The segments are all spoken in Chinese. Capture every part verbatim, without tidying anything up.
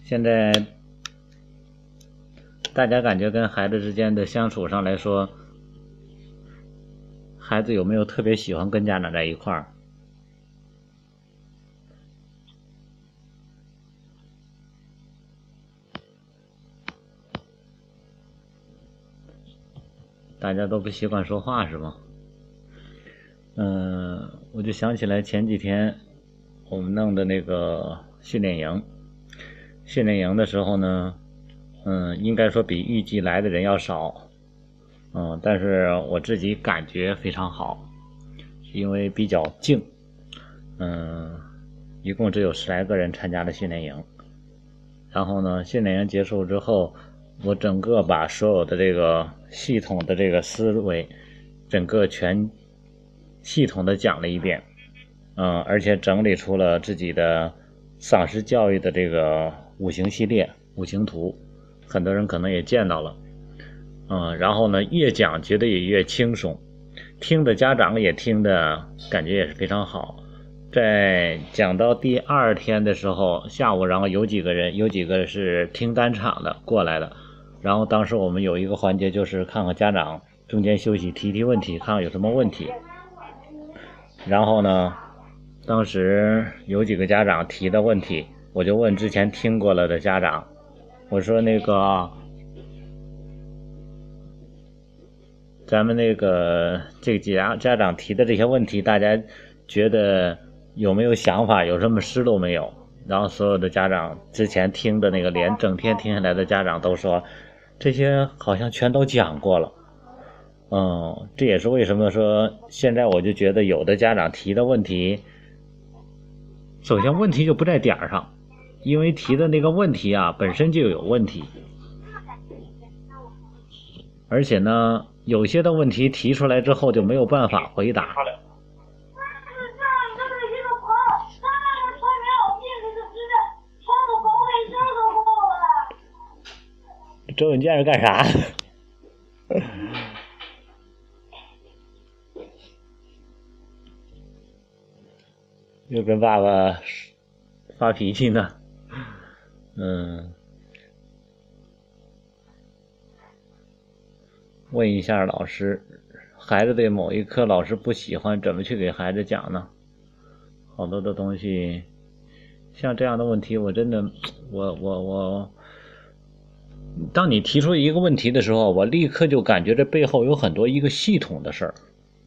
现在大家感觉跟孩子之间的相处上来说，孩子有没有特别喜欢跟家长在一块儿？大家都不习惯说话是吗？嗯，我就想起来前几天我们弄的那个训练营，训练营的时候呢，嗯，应该说比预计来的人要少，嗯，但是我自己感觉非常好，因为比较静，嗯，一共只有十来个人参加了训练营，然后呢，训练营结束之后，我整个把所有的这个系统的这个思维，整个全系统的讲了一遍，嗯，而且整理出了自己的丧尸教育的这个五行系列、五行图，很多人可能也见到了，嗯，然后呢，越讲觉得也越轻松，听的家长也听的感觉也是非常好。在讲到第二天的时候，下午，然后有几个人，有几个是听单场的过来的，然后当时我们有一个环节就是看看家长中间休息提提问题，看看有什么问题。然后呢，当时有几个家长提的问题，我就问之前听过了的家长，我说那个咱们那个这几家家长提的这些问题，大家觉得有没有想法，有什么思路没有？然后所有的家长之前听的那个连整天听下来的家长都说，这些好像全都讲过了。嗯，这也是为什么说现在我就觉得有的家长提的问题，首先问题就不在点儿上，因为提的那个问题啊本身就有问题，而且呢有些的问题提出来之后就没有办法回答。周文健是干啥？又跟爸爸发脾气呢。嗯，问一下老师，孩子对某一科老师不喜欢，怎么去给孩子讲呢？好多的东西，像这样的问题，我真的，我我我，当你提出一个问题的时候，我立刻就感觉这背后有很多一个系统的事儿。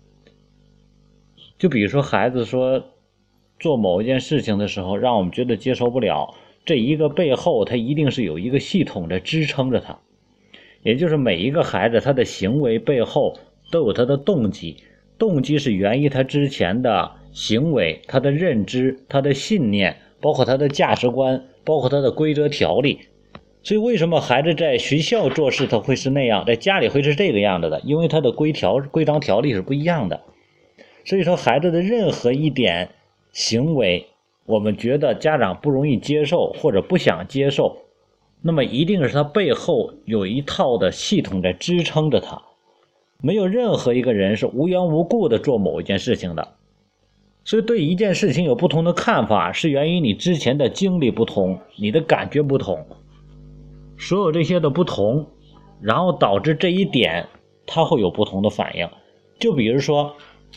就比如说孩子说做某一件事情的时候，让我们觉得接受不了，这一个背后它一定是有一个系统在支撑着它，也就是每一个孩子他的行为背后都有他的动机，动机是源于他之前的行为，他的认知，他的信念，包括他的价值观，包括他的规则条例。所以为什么孩子在学校做事他会是那样，在家里会是这个样子的？因为他的规条规章条例是不一样的。所以说孩子的任何一点行为，我们觉得家长不容易接受或者不想接受，那么一定是他背后有一套的系统在支撑着他。没有任何一个人是无缘无故的做某一件事情的。所以对一件事情有不同的看法，是源于你之前的经历不同，你的感觉不同，所有这些的不同，然后导致这一点他会有不同的反应。就比如说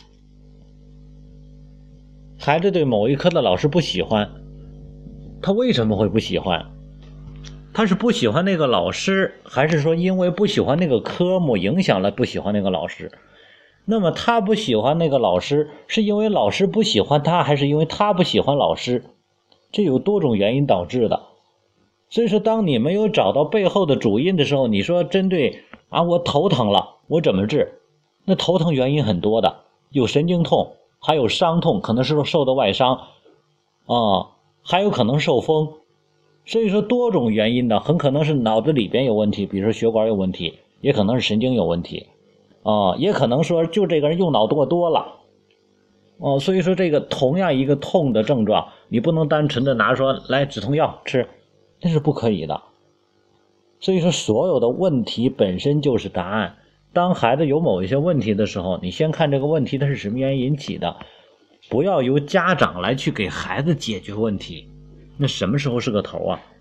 孩子对某一科的老师不喜欢，他为什么会不喜欢？他是不喜欢那个老师，还是说因为不喜欢那个科目影响了不喜欢那个老师？那么他不喜欢那个老师，是因为老师不喜欢他，还是因为他不喜欢老师？这有多种原因导致的。所以说当你没有找到背后的主因的时候，你说针对啊我头疼了，我怎么治？那头疼原因很多的，有神经痛，还有伤痛，可能是受的外伤啊，还有可能受风。所以说多种原因的，很可能是脑子里边有问题，比如说血管有问题，也可能是神经有问题啊，也可能说就这个人用脑过多了哦、啊，所以说这个同样一个痛的症状，你不能单纯的拿说来止痛药吃，那是不可以的。所以说所有的问题本身就是答案。当孩子有某一些问题的时候，你先看这个问题它是什么原因引起的，不要由家长来去给孩子解决问题，那什么时候是个头啊？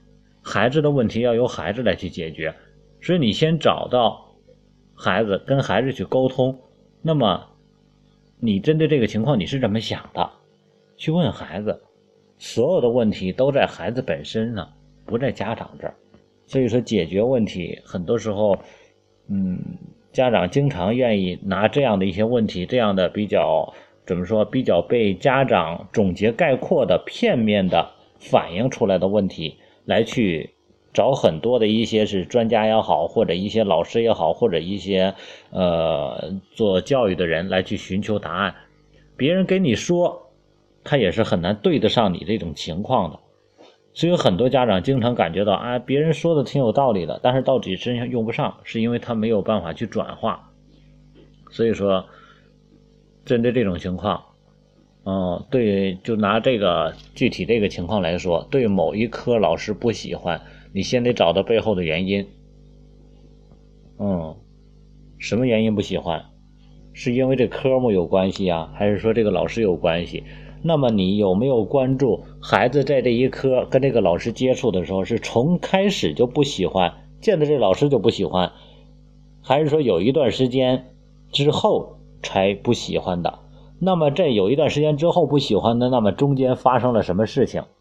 孩子的问题要由孩子来去解决，所以你先找到孩子，跟孩子去沟通，那么你针对这个情况你是怎么想的，去问孩子，所有的问题都在孩子本身呢，不在家长这儿。所以说解决问题很多时候嗯，家长经常愿意拿这样的一些问题，这样的比较怎么说比较被家长总结概括的片面的反映出来的问题来去找很多的一些是专家也好，或者一些老师也好，或者一些呃做教育的人来去寻求答案。别人给你说他也是很难对得上你这种情况的。所以很多家长经常感觉到啊，别人说的挺有道理的，但是到底身上用不上，是因为他没有办法去转化。所以说针对这种情况嗯，对，就拿这个具体这个情况来说，对某一科老师不喜欢，你先得找到背后的原因。嗯，什么原因不喜欢？是因为这科目有关系啊，还是说这个老师有关系？那么你有没有关注孩子在这一科跟这个老师接触的时候，是从开始就不喜欢，见到这老师就不喜欢，还是说有一段时间之后才不喜欢的？那么这有一段时间之后不喜欢的，那么中间发生了什么事情？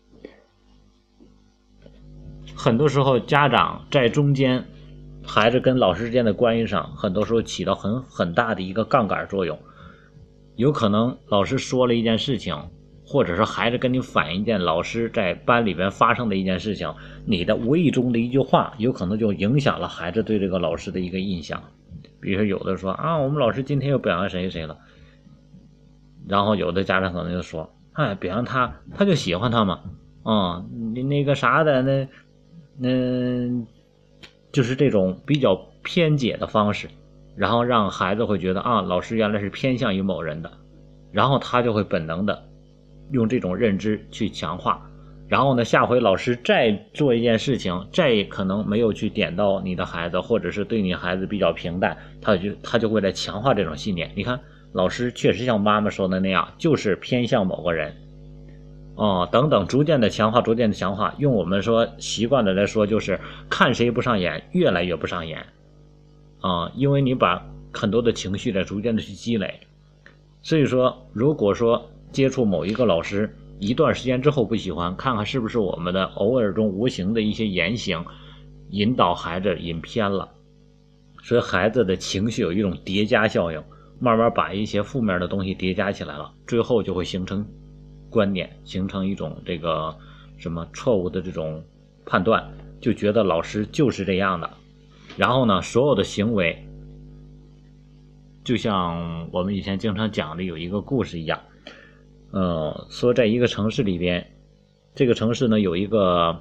很多时候家长在中间孩子跟老师之间的关系上，很多时候起到很很大的一个杠杆作用。有可能老师说了一件事情，或者是孩子跟你反映一件老师在班里边发生的一件事情，你的无意中的一句话有可能就影响了孩子对这个老师的一个印象。比如说有的说啊，我们老师今天又表扬谁谁了，然后有的家长可能就说，哎，表扬他他就喜欢他嘛，啊、嗯，你那个啥的那那就是这种比较偏解的方式，然后让孩子会觉得啊，老师原来是偏向于某人的，然后他就会本能的用这种认知去强化。然后呢，下回老师再做一件事情，再可能没有去点到你的孩子，或者是对你孩子比较平淡，他就他就会来强化这种信念。你看，老师确实像妈妈说的那样，就是偏向某个人，哦，等等，逐渐的强化，逐渐的强化。用我们说习惯的来说，就是看谁不上眼，越来越不上眼。啊、嗯，因为你把很多的情绪在逐渐的去积累，所以说，如果说接触某一个老师一段时间之后不喜欢，看看是不是我们的偶尔中无形的一些言行引导孩子引偏了，所以孩子的情绪有一种叠加效应，慢慢把一些负面的东西叠加起来了，最后就会形成观念，形成一种这个什么错误的这种判断，就觉得老师就是这样的。然后呢，所有的行为就像我们以前经常讲的有一个故事一样，呃，说在一个城市里边，这个城市呢有一个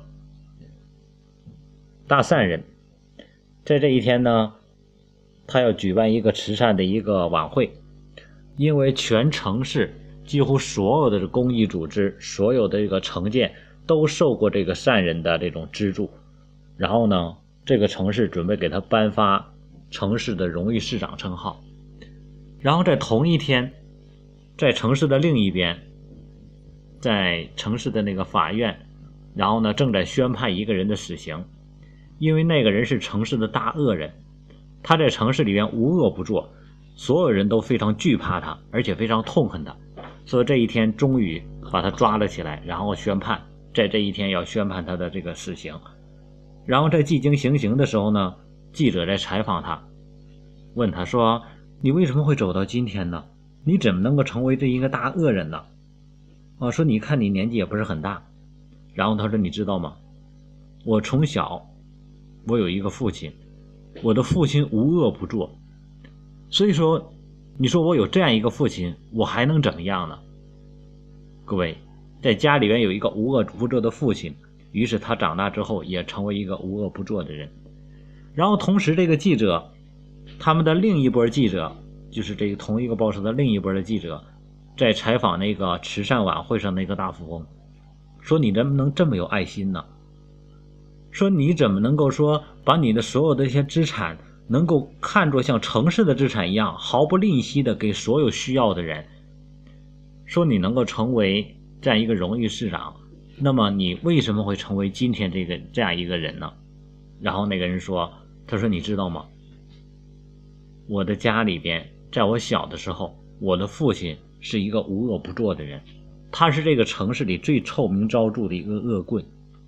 大善人，在这一天呢，他要举办一个慈善的一个晚会，因为全城市几乎所有的公益组织，所有的这个城建都受过这个善人的这种资助，然后呢，这个城市准备给他颁发城市的荣誉市长称号。然后在同一天，在城市的另一边，在城市的那个法院，然后呢正在宣判一个人的死刑，因为那个人是城市的大恶人，他在城市里面无恶不作，所有人都非常惧怕他，而且非常痛恨他，所以这一天终于把他抓了起来，然后宣判，在这一天要宣判他的这个死刑。然后在进行行刑的时候呢，记者在采访他，问他说，你为什么会走到今天呢？你怎么能够成为这一个大恶人呢？啊，说你看你年纪也不是很大。然后他说，你知道吗？我从小我有一个父亲，我的父亲无恶不作，所以说你说我有这样一个父亲，我还能怎么样呢？各位，在家里边有一个无恶不作的父亲，于是他长大之后也成为一个无恶不作的人。然后同时这个记者，他们的另一波记者，就是这个同一个报社的另一波的记者，在采访那个慈善晚会上那个大富翁，说你怎么能这么有爱心呢？说你怎么能够说把你的所有的一些资产能够看作像城市的资产一样，毫不吝惜的给所有需要的人？说你能够成为这样一个荣誉市长， 那么你为什么会成为今天这个这样一个人呢？然后那个人说，他说你知道吗？我的家里边，在我小的时候，我的父亲是一个无恶不作的人，他是这个城市里最臭名昭著的一个恶棍。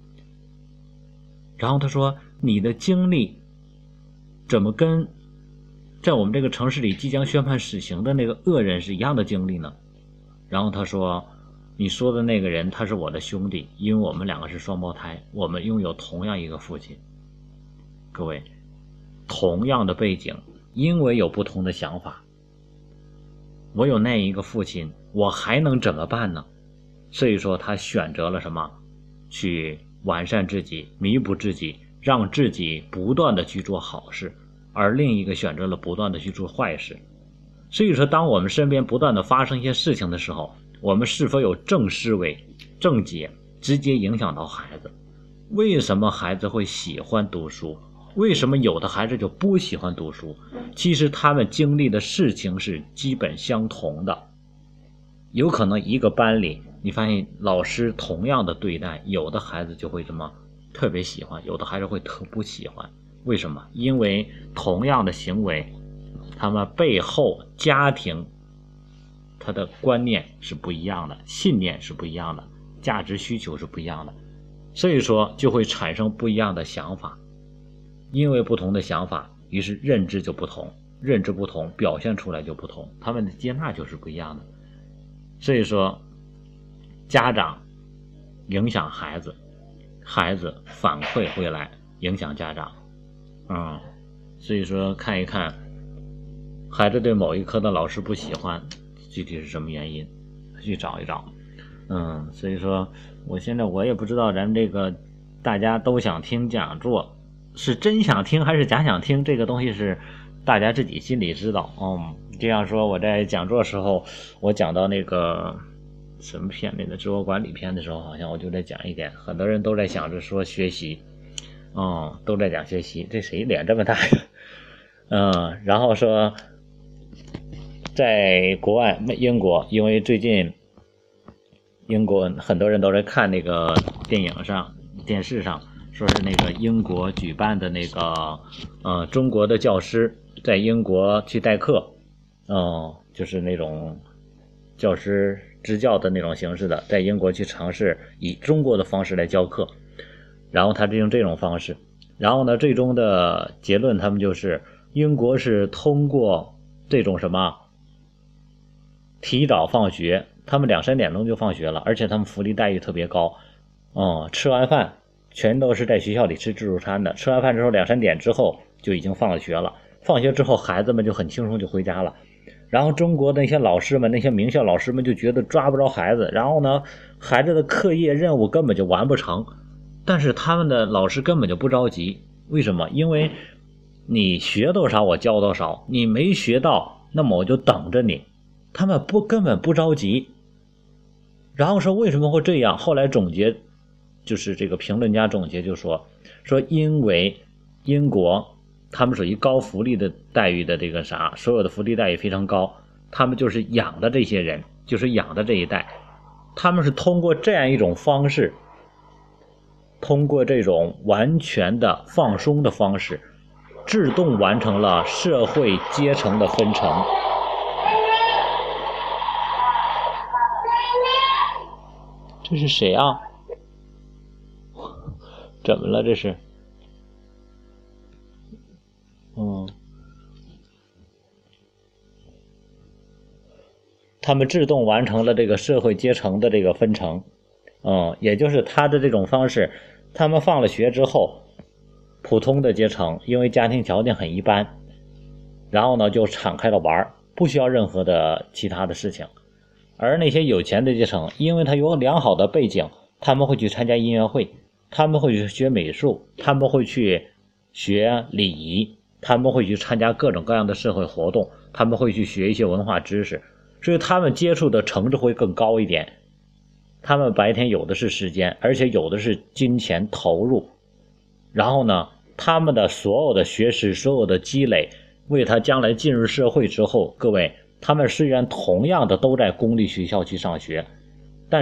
然后他说，你的经历怎么跟在我们这个城市里即将宣判死刑的那个恶人是一样的经历呢？然后他说，你说的那个人他是我的兄弟，因为我们两个是双胞胎，我们拥有同样一个父亲。各位，同样的背景，因为有不同的想法，我有那一个父亲，我还能怎么办呢？所以说他选择了什么？去完善自己，弥补自己，让自己不断的去做好事，而另一个选择了不断的去做坏事。所以说当我们身边不断的发生一些事情的时候，我们是否有正思维、正解，直接影响到孩子。为什么孩子会喜欢读书？为什么有的孩子就不喜欢读书？其实他们经历的事情是基本相同的。有可能一个班里你发现老师同样的对待，有的孩子就会这么特别喜欢，有的孩子会特不喜欢。为什么？因为同样的行为，他们背后家庭他的观念是不一样的，信念是不一样的，价值需求是不一样的，所以说就会产生不一样的想法。因为不同的想法，于是认知就不同，认知不同，表现出来就不同，他们的接纳就是不一样的。所以说家长影响孩子，孩子反馈回来影响家长。嗯，所以说看一看孩子对某一科的老师不喜欢，具体是什么原因，去找一找。嗯，所以说我现在我也不知道咱们这个大家都想听讲座，是真想听还是假想听，这个东西是大家自己心里知道。嗯，这样说我在讲座时候，我讲到那个什么片，那个自我管理篇的时候，好像我就在讲一点，很多人都在想着说学习，嗯，都在讲学习，这谁脸这么大呀？嗯，然后说在国外英国，因为最近英国很多人都在看那个电影上电视上，说是那个英国举办的那个呃中国的教师在英国去代课，嗯、呃，就是那种教师支教的那种形式的，在英国去尝试以中国的方式来教课，然后他就用这种方式，然后呢最终的结论他们就是英国是通过这种什么提早放学，他们两三点钟就放学了，而且他们福利待遇特别高，嗯，吃完饭全都是在学校里吃自助餐的，吃完饭之后两三点之后就已经放了学了，放学之后孩子们就很轻松就回家了。然后中国的那些老师们，那些名校老师们就觉得抓不着孩子，然后呢孩子的课业任务根本就完不成，但是他们的老师根本就不着急。为什么？因为你学多少我教多少，你没学到那么我就等着你，他们不根本不着急。然后说为什么会这样，后来总结就是这个评论家总结就说说因为英国他们属于高福利的待遇的这个啥，所有的福利待遇非常高，他们就是养的这些人，就是养的这一代，他们是通过这样一种方式，通过这种完全的放松的方式，自动完成了社会阶层的分成。这是谁啊？怎么了这是？嗯，他们自动完成了这个社会阶层的这个分成。嗯，也就是他的这种方式，他们放了学之后，普通的阶层因为家庭条件很一般，然后呢就敞开了玩，不需要任何的其他的事情。而那些有钱的阶层，因为他有良好的背景，他们会去参加音乐会，他们会去学美术，他们会去学礼仪，他们会去参加各种各样的社会活动，他们会去学一些文化知识，所以他们接触的层次会更高一点。他们白天有的是时间，而且有的是金钱投入，然后呢他们的所有的学识，所有的积累，为他将来进入社会之后，各位他们虽然同样的都在公立学校去上学，但是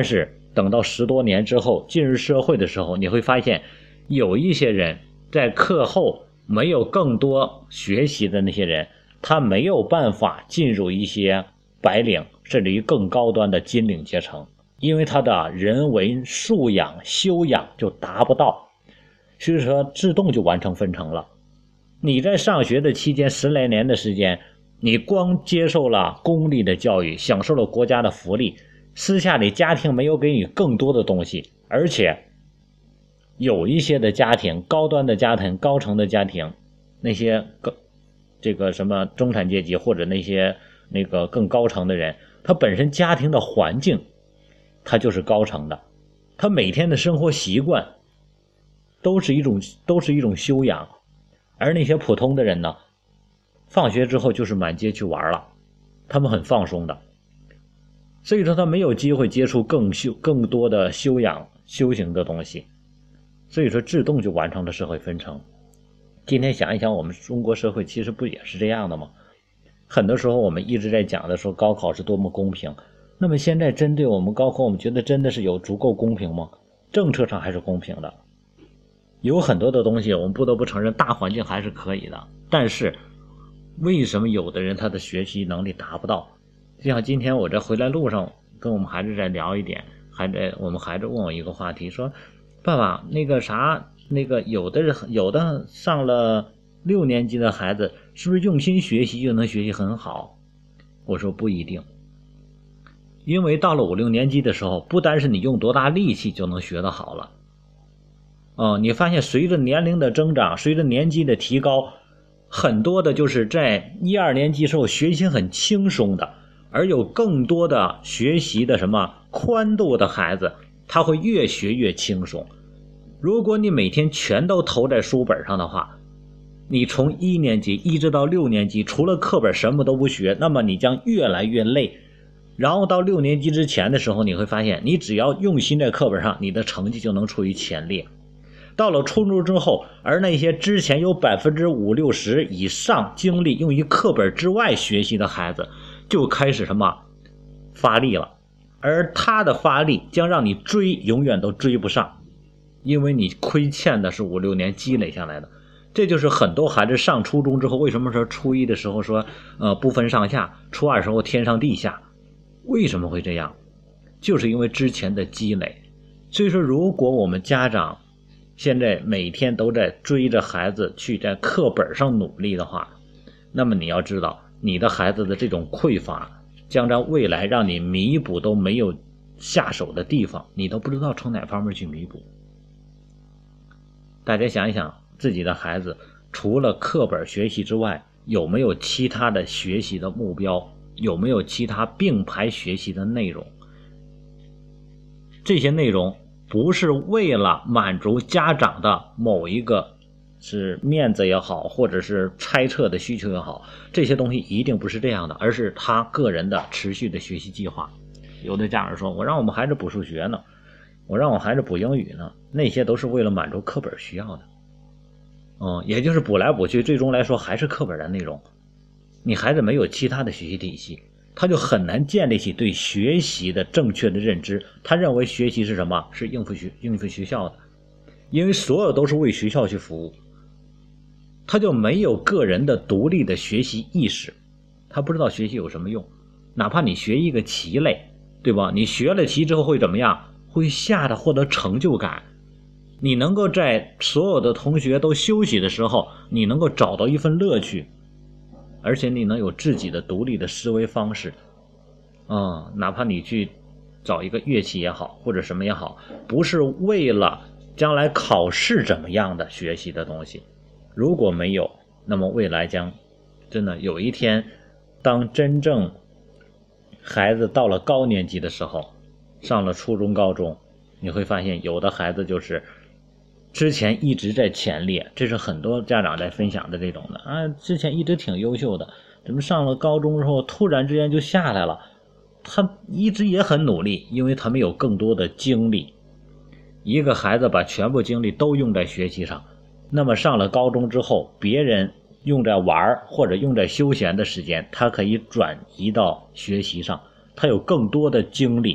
等到十多年之后进入社会的时候，你会发现有一些人在课后没有更多学习的那些人，他没有办法进入一些白领甚至于更高端的金领阶层，因为他的人文素养修养就达不到，所以说自动就完成分成了。你在上学的期间十来年的时间，你光接受了公立的教育，享受了国家的福利，私下里家庭没有给你更多的东西，而且有一些的家庭，高端的家庭，高层的家庭，那些这个什么中产阶级或者那些那个更高层的人，他本身家庭的环境他就是高层的，他每天的生活习惯都是一种都是一种修养。而那些普通的人呢，放学之后就是满街去玩了，他们很放松的，所以说他没有机会接触更修更多的修养修行的东西，所以说自动就完成了社会分成。今天想一想，我们中国社会其实不也是这样的吗？很多时候我们一直在讲的说高考是多么公平，那么现在针对我们高考，我们觉得真的是有足够公平吗？政策上还是公平的，有很多的东西我们不得不承认大环境还是可以的，但是为什么有的人他的学习能力达不到？就像今天我在回来路上跟我们孩子在聊一点，孩子我们孩子问我一个话题，说爸爸那个啥那个有的有的上了六年级的孩子是不是用心学习就能学习很好？我说不一定，因为到了五六年级的时候，不单是你用多大力气就能学得好了。哦，你发现随着年龄的增长，随着年纪的提高，很多的就是在一二年级时候学习很轻松的，而有更多的学习的什么宽度的孩子，他会越学越轻松。如果你每天全都投在书本上的话，你从一年级一直到六年级，除了课本什么都不学，那么你将越来越累。然后到六年级之前的时候，你会发现你只要用心在课本上，你的成绩就能处于前列。到了初中之后，而那些之前有百分之五六十以上精力用于课本之外学习的孩子，就开始什么发力了，而他的发力将让你追永远都追不上，因为你亏欠的是五六年积累下来的。这就是很多孩子上初中之后，为什么说初一的时候说呃不分上下，初二时候天上地下，为什么会这样？就是因为之前的积累。所以说如果我们家长现在每天都在追着孩子去在课本上努力的话，那么你要知道你的孩子的这种匮乏将在未来让你弥补都没有下手的地方，你都不知道从哪方面去弥补。大家想一想，自己的孩子除了课本学习之外，有没有其他的学习的目标，有没有其他并排学习的内容？这些内容不是为了满足家长的某一个是面子也好，或者是猜测的需求也好，这些东西一定不是这样的，而是他个人的持续的学习计划。有的家长说，我让我们孩子补数学呢，我让我孩子补英语呢，那些都是为了满足课本需要的。嗯，也就是补来补去，最终来说还是课本的内容。你孩子没有其他的学习体系，他就很难建立起对学习的正确的认知。他认为学习是什么？是应付学应付学校的，因为所有都是为学校去服务，他就没有个人的独立的学习意识，他不知道学习有什么用。哪怕你学一个棋类，对吧？你学了棋之后会怎么样？会下的获得成就感。你能够在所有的同学都休息的时候，你能够找到一份乐趣，而且你能有自己的独立的思维方式。嗯，哪怕你去找一个乐器也好，或者什么也好，不是为了将来考试怎么样的学习的东西。如果没有，那么未来将真的有一天，当真正孩子到了高年级的时候，上了初中高中，你会发现有的孩子就是之前一直在前列，这是很多家长在分享的这种的啊，之前一直挺优秀的，怎么上了高中之后突然之间就下来了？他一直也很努力，因为他没有更多的精力。一个孩子把全部精力都用在学习上，那么上了高中之后，别人用在玩或者用在休闲的时间，他可以转移到学习上，他有更多的精力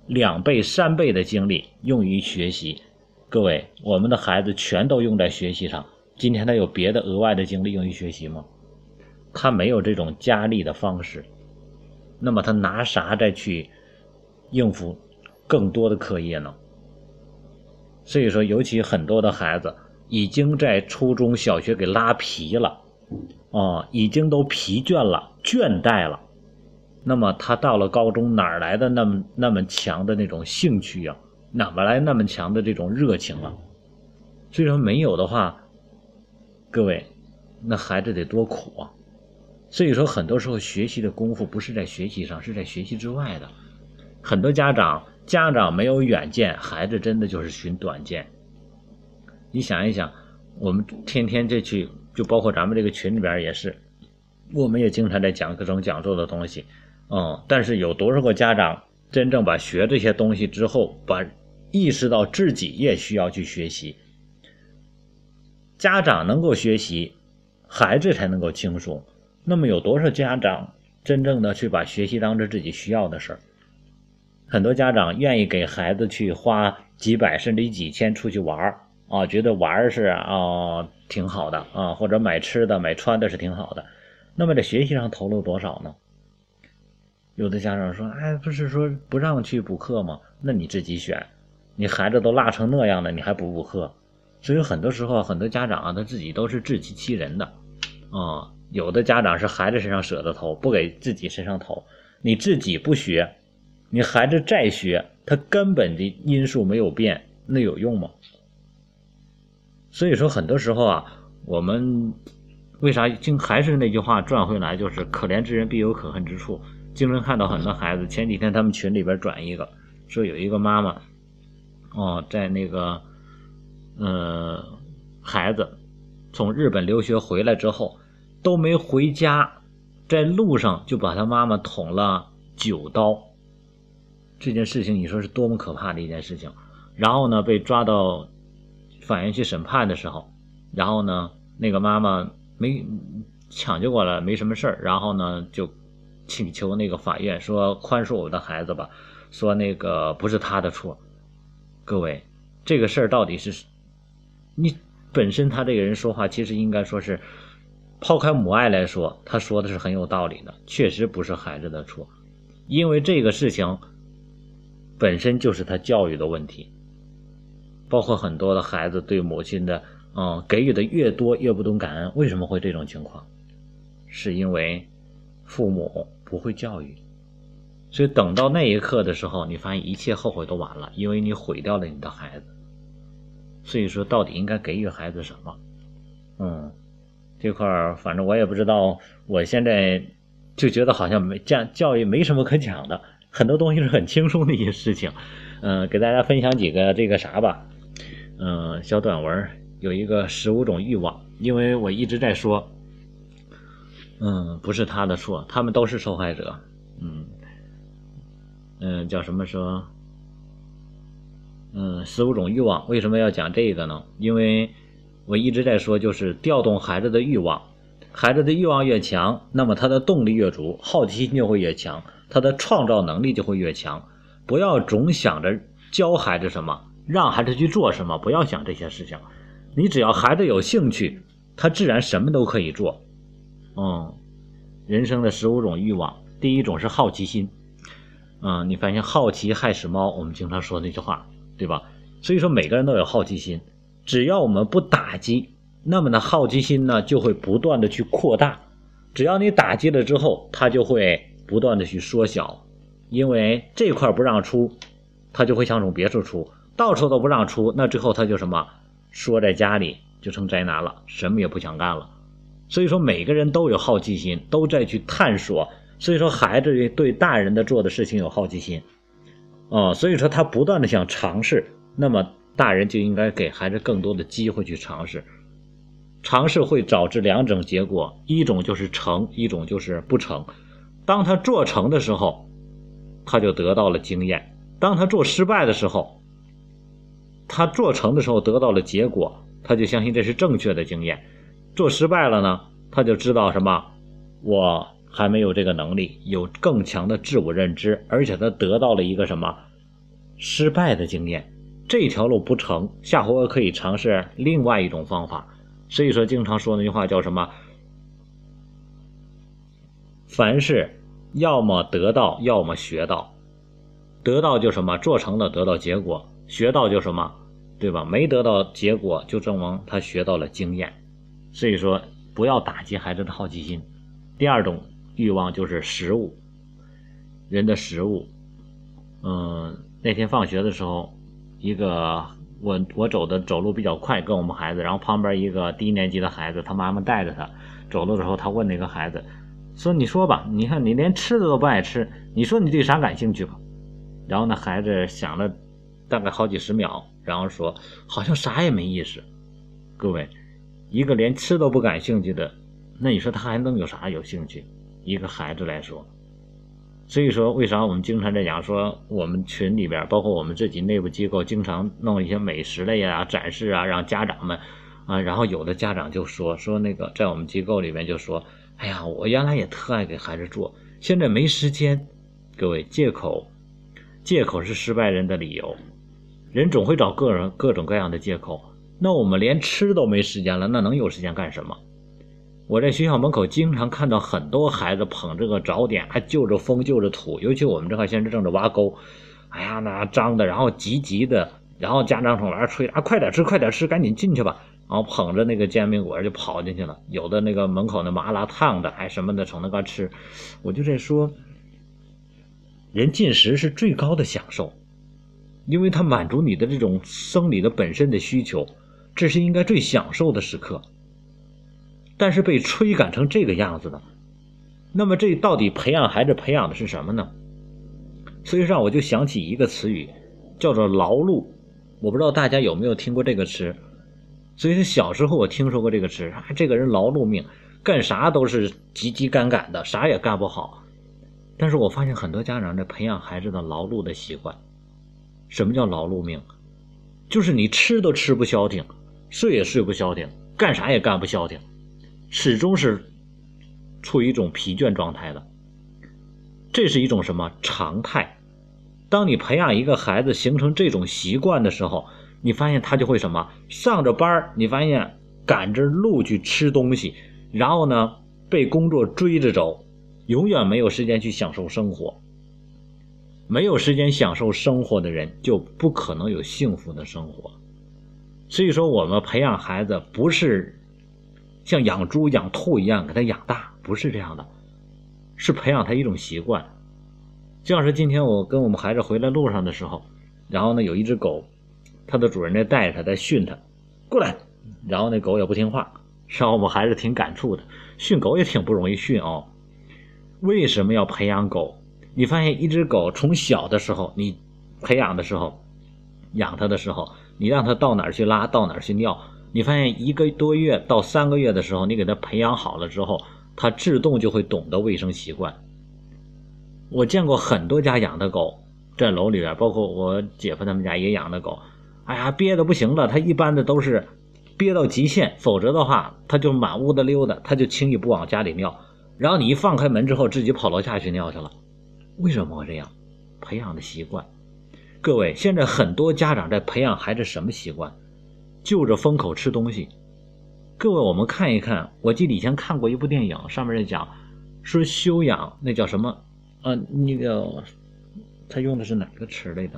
两倍、三倍的精力用于学习。各位，我们的孩子全都用在学习上，今天他有别的额外的精力用于学习吗？他没有这种加力的方式，那么他拿啥再去应付更多的课业呢？所以说，尤其很多的孩子已经在初中小学给拉皮了啊，已经都疲倦了，倦怠了，那么他到了高中哪儿来的那么那么强的那种兴趣啊，哪么来那么强的这种热情啊？所以说没有的话，各位那孩子得多苦啊。所以说很多时候学习的功夫不是在学习上，是在学习之外的。很多家长家长没有远见，孩子真的就是寻短见。你想一想，我们天天这去，就包括咱们这个群里边也是，我们也经常在讲各种讲座的东西，嗯，但是有多少个家长真正把学这些东西之后，把意识到自己也需要去学习。家长能够学习，孩子才能够轻松。那么有多少家长真正的去把学习当成自己需要的事儿？很多家长愿意给孩子去花几百甚至几千出去玩啊，觉得玩是啊挺好的啊，或者买吃的买穿的是挺好的。那么在学习上投入多少呢？有的家长说，哎，不是说不让去补课吗？那你自己选，你孩子都落成那样了，你还不补课？所以很多时候很多家长啊，他自己都是自欺欺人的啊。有的家长是孩子身上舍得投，不给自己身上投。你自己不学，你孩子再学，他根本的因素没有变，那有用吗？所以说很多时候啊，我们为啥经还是那句话转回来，就是可怜之人必有可恨之处。经常看到很多孩子，前几天他们群里边转一个，说有一个妈妈哦，在那个呃孩子从日本留学回来之后都没回家，在路上就把他妈妈捅了九刀。这件事情你说是多么可怕的一件事情。然后呢被抓到法院去审判的时候，然后呢那个妈妈没抢救过来没什么事儿，然后呢就请求那个法院说宽恕我的孩子吧，说那个不是他的错。各位，这个事儿到底是你本身他这个人说话其实应该说是抛开母爱来说，他说的是很有道理的，确实不是孩子的错，因为这个事情本身就是他教育的问题。包括很多的孩子对母亲的嗯给予的越多越不懂感恩，为什么会这种情况？是因为父母不会教育。所以等到那一刻的时候，你发现一切后悔都晚了，因为你毁掉了你的孩子。所以说到底应该给予孩子什么？嗯这块反正我也不知道，我现在就觉得好像没教教育没什么可讲的，很多东西是很轻松的一些事情。嗯，给大家分享几个这个啥吧，嗯，小短文，有一个十五种欲望，因为我一直在说，嗯，不是他的错，他们都是受害者。嗯嗯，叫什么说？嗯，十五种欲望，为什么要讲这个呢？因为我一直在说，就是调动孩子的欲望，孩子的欲望越强，那么他的动力越足，好奇心就会越强，他的创造能力就会越强。不要总想着教孩子什么，让孩子去做什么，不要想这些事情。你只要孩子有兴趣，他自然什么都可以做。嗯，人生的十五种欲望，第一种是好奇心。嗯，你发现好奇害死猫，我们经常说那句话，对吧？所以说每个人都有好奇心，只要我们不打击，那么呢好奇心呢就会不断的去扩大，只要你打击了之后，它就会不断的去缩小，因为这块不让出，它就会想从别处出，到处都不让出，那之后它就什么缩在家里就成宅男了，什么也不想干了。所以说每个人都有好奇心，都在去探索。所以说孩子对大人的做的事情有好奇心哦，所以说他不断的想尝试，那么大人就应该给孩子更多的机会去尝试。尝试会导致两种结果，一种就是成，一种就是不成。当他做成的时候，他就得到了经验；当他做失败的时候，他做成的时候得到了结果，他就相信这是正确的经验。做失败了呢，他就知道什么，我还没有这个能力，有更强的自我认知，而且他得到了一个什么失败的经验，这条路不成，下回我可以尝试另外一种方法。所以说经常说那句话叫什么，凡事要么得到要么学到，得到就什么做成了得到结果，学到就什么对吧，没得到结果就证明他学到了经验。所以说不要打击孩子的好奇心。第二种欲望就是食物，人的食物。嗯，那天放学的时候，一个我我走的走路比较快，跟我们孩子，然后旁边一个低年级的孩子，他妈妈带着他走的时候，他问那个孩子说，你说吧，你看你连吃的都不爱吃，你说你对啥感兴趣吧。然后那孩子想了大概好几十秒，然后说好像啥也没意思。各位，一个连吃都不感兴趣的，那你说他还能有啥有兴趣？一个孩子来说。所以说为啥我们经常在讲说，我们群里边包括我们自己内部机构经常弄一些美食类啊展示啊，让家长们啊，然后有的家长就说说那个在我们机构里面就说，哎呀，我原来也特爱给孩子做，现在没时间。各位，借口借口是失败人的理由，人总会找各种各种各样的借口。那我们连吃都没时间了，那能有时间干什么？我在学校门口经常看到很多孩子捧这个早点，还就着风就着土，尤其我们这块现在正在挖沟，哎呀那脏的，然后急急的，然后家长从那吹啊，快点吃快点吃，赶紧进去吧，然后捧着那个煎饼果就跑进去了，有的那个门口的麻辣烫的还什么的从那个吃。我就在说，人进食是最高的享受，因为它满足你的这种生理的本身的需求，这是应该最享受的时刻。但是被催赶成这个样子的，那么这到底培养孩子培养的是什么呢？所以让我就想起一个词语，叫做劳碌。我不知道大家有没有听过这个词。所以小时候我听说过这个词，啊，这个人劳碌命，干啥都是急急赶赶的，啥也干不好。但是我发现很多家长在培养孩子的劳碌的习惯。什么叫劳碌命？就是你吃都吃不消停，睡也睡不消停，干啥也干不消停，始终是处于一种疲倦状态的。这是一种什么常态？当你培养一个孩子形成这种习惯的时候，你发现他就会什么，上着班你发现赶着路去吃东西，然后呢被工作追着走，永远没有时间去享受生活。没有时间享受生活的人就不可能有幸福的生活。所以说我们培养孩子不是像养猪养兔一样给他养大，不是这样的，是培养他一种习惯。就像是今天我跟我们孩子回来路上的时候，然后呢有一只狗，它的主人在带着它在训它，过来，然后那狗也不听话，让我们孩子挺感触的。训狗也挺不容易训哦。为什么要培养狗？你发现一只狗从小的时候，你培养的时候，养它的时候，你让它到哪儿去拉到哪儿去尿，你发现一个多月到三个月的时候，你给它培养好了之后，它自动就会懂得卫生习惯。我见过很多家养的狗，在楼里边，包括我姐夫他们家也养的狗，哎呀憋得不行了，它一般的都是憋到极限，否则的话它就满屋的溜达，它就轻易不往家里尿，然后你一放开门之后自己跑楼下去尿去了。为什么会这样？培养的习惯。各位，现在很多家长在培养孩子什么习惯？就着风口吃东西。各位，我们看一看，我记得以前看过一部电影，上面在讲说修养，那叫什么啊？那个他用的是哪个词来的？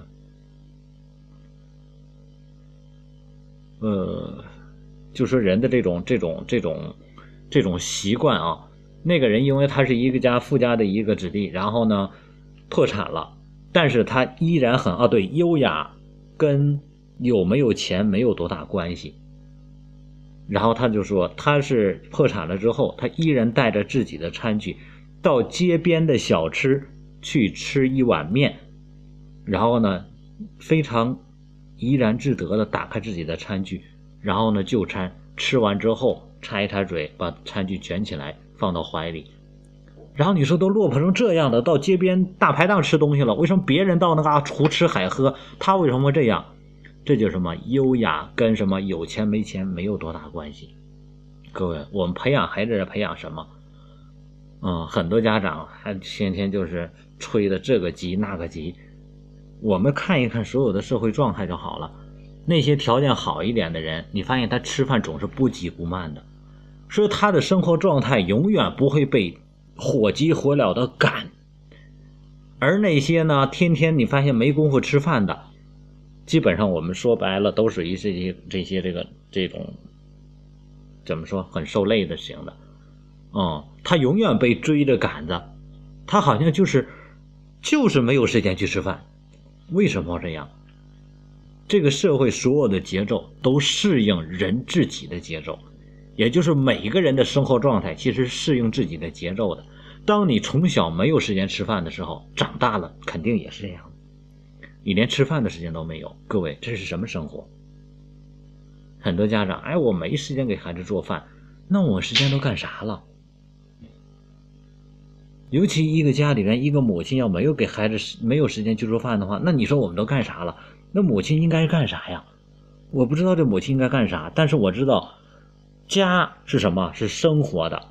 呃，就说人的这种这种这种这种习惯啊，那个人因为他是一个家富家的一个子弟，然后呢破产了，但是他依然很啊，对，优雅跟有没有钱没有多大关系。然后他就说他是破产了之后，他依然带着自己的餐具到街边的小吃去吃一碗面，然后呢非常怡然自得的打开自己的餐具，然后呢就餐，吃完之后擦一擦嘴，把餐具卷起来放到怀里。然后你说都落魄成这样的，到街边大排档吃东西了，为什么别人到那嘎胡吃海喝，他为什么会这样？这就是什么优雅跟什么有钱没钱没有多大关系。各位，我们培养孩子培养什么？嗯，很多家长还天天就是吹的这个急那个急。 我们看一看所有的社会状态就好了。那些条件好一点的人，你发现他吃饭总是不急不慢的，所以他的生活状态永远不会被火急火燎的赶。而那些呢，天天你发现没工夫吃饭的，基本上我们说白了都属于这些这些这个这种怎么说很受累的型的。嗯，他永远被追着赶着，他好像就是就是没有时间去吃饭。为什么这样？这个社会所有的节奏都适应人自己的节奏，也就是每一个人的生活状态其实适应自己的节奏的。当你从小没有时间吃饭的时候，长大了肯定也是这样，你连吃饭的时间都没有。各位，这是什么生活？很多家长，哎，我没时间给孩子做饭，那我时间都干啥了？尤其一个家里人，一个母亲要没有给孩子没有时间去做饭的话，那你说我们都干啥了？那母亲应该干啥呀？我不知道这母亲应该干啥，但是我知道家是什么？是生活的，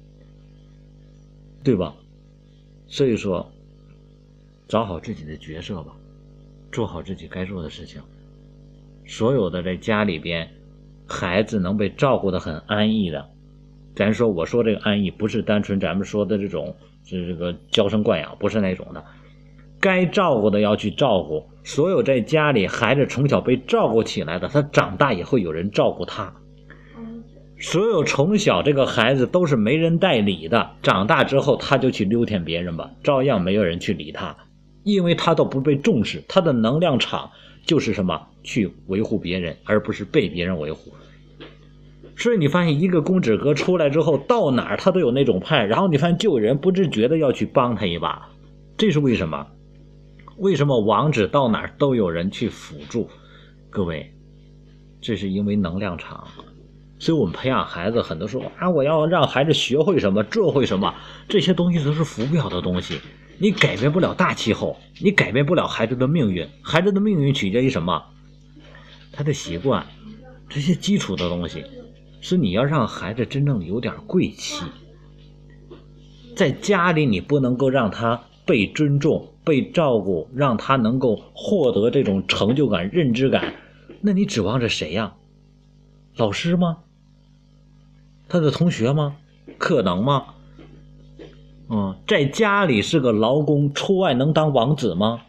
对吧？所以说找好自己的角色吧，做好自己该做的事情。所有的在家里边孩子能被照顾得很安逸的，咱说我说这个安逸不是单纯咱们说的这种是这个娇生惯养，不是那种的，该照顾的要去照顾。所有在家里孩子从小被照顾起来的，他长大也会有人照顾他。所有从小这个孩子都是没人带理的，长大之后他就去溜填别人吧，照样没有人去理他，因为他都不被重视，他的能量场就是什么？去维护别人，而不是被别人维护。所以你发现一个公子哥出来之后，到哪儿他都有那种派，然后你发现就有人不自觉的要去帮他一把，这是为什么？为什么王子到哪儿都有人去辅助？各位，这是因为能量场。所以我们培养孩子，很多时候啊，我要让孩子学会什么，做会什么，这些东西都是浮表的东西，你改变不了大气候，你改变不了孩子的命运。孩子的命运取决于什么？他的习惯，这些基础的东西，是你要让孩子真正有点贵气。在家里你不能够让他被尊重、被照顾，让他能够获得这种成就感、认知感，那你指望着谁呀？老师吗？他的同学吗？可能吗？嗯，在家里是个劳工，出外能当王子吗？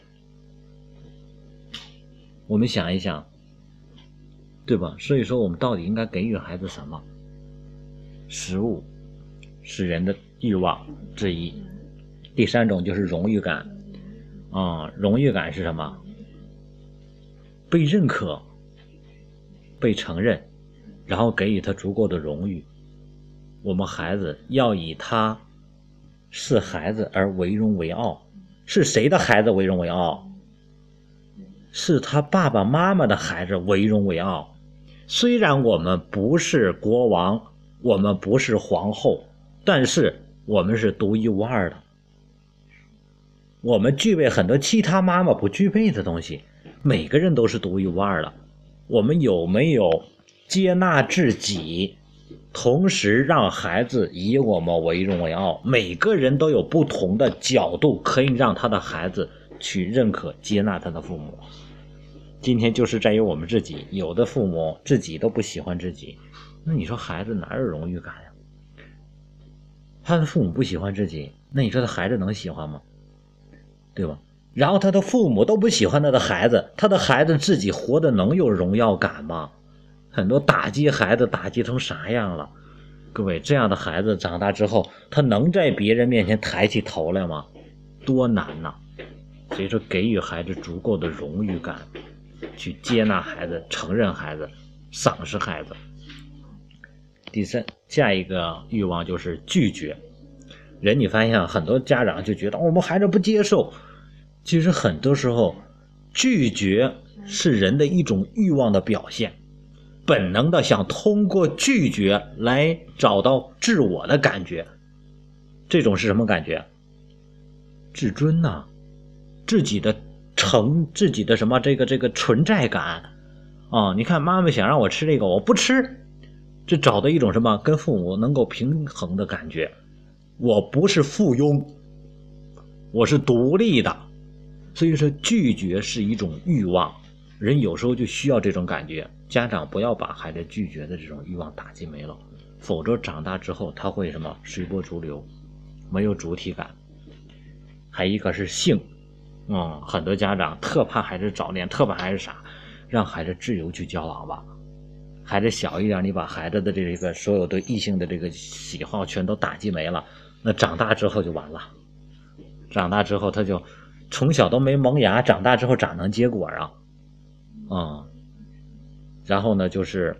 我们想一想，对吧？所以说我们到底应该给予孩子什么？食物是人的欲望之一。第三种就是荣誉感啊、嗯，荣誉感是什么？被认可，被承认，然后给予他足够的荣誉。我们孩子要以他是孩子而为荣为傲。是谁的孩子为荣为傲？是他爸爸妈妈的孩子为荣为傲。虽然我们不是国王，我们不是皇后，但是我们是独一无二的。我们具备很多其他妈妈不具备的东西，每个人都是独一无二的。我们有没有接纳自己，同时让孩子以我们为荣为傲？每个人都有不同的角度可以让他的孩子去认可接纳他的父母。今天就是在于我们自己，有的父母自己都不喜欢自己，那你说孩子哪有荣誉感呀？他的父母不喜欢自己，那你说他孩子能喜欢吗？对吧？然后他的父母都不喜欢他的孩子，他的孩子自己活得能有荣耀感吗？很多打击孩子打击成啥样了？各位，这样的孩子长大之后，他能在别人面前抬起头来吗？多难呐！所以说给予孩子足够的荣誉感，去接纳孩子，承认孩子，赏识孩子。第三，下一个欲望就是拒绝。人你发现很多家长就觉得、哦、我们孩子不接受，其实很多时候拒绝是人的一种欲望的表现，本能的想通过拒绝来找到自我的感觉。这种是什么感觉？自尊呐、啊，自己的成自己的什么这个这个存在感啊！你看妈妈想让我吃这个，我不吃，这找到一种什么跟父母能够平衡的感觉。我不是附庸，我是独立的， 所以说拒绝是一种欲望，人有时候就需要这种感觉。家长不要把孩子拒绝的这种欲望打击没了，否则长大之后他会什么随波逐流，没有主体感。还一个是性，嗯，很多家长特怕孩子早恋，特怕孩子傻，让孩子自由去交往吧。孩子小一点，你把孩子的这个所有对异性的这个喜好全都打击没了，那长大之后就完了。长大之后他就从小都没萌芽，长大之后长能结果啊。嗯，然后呢就是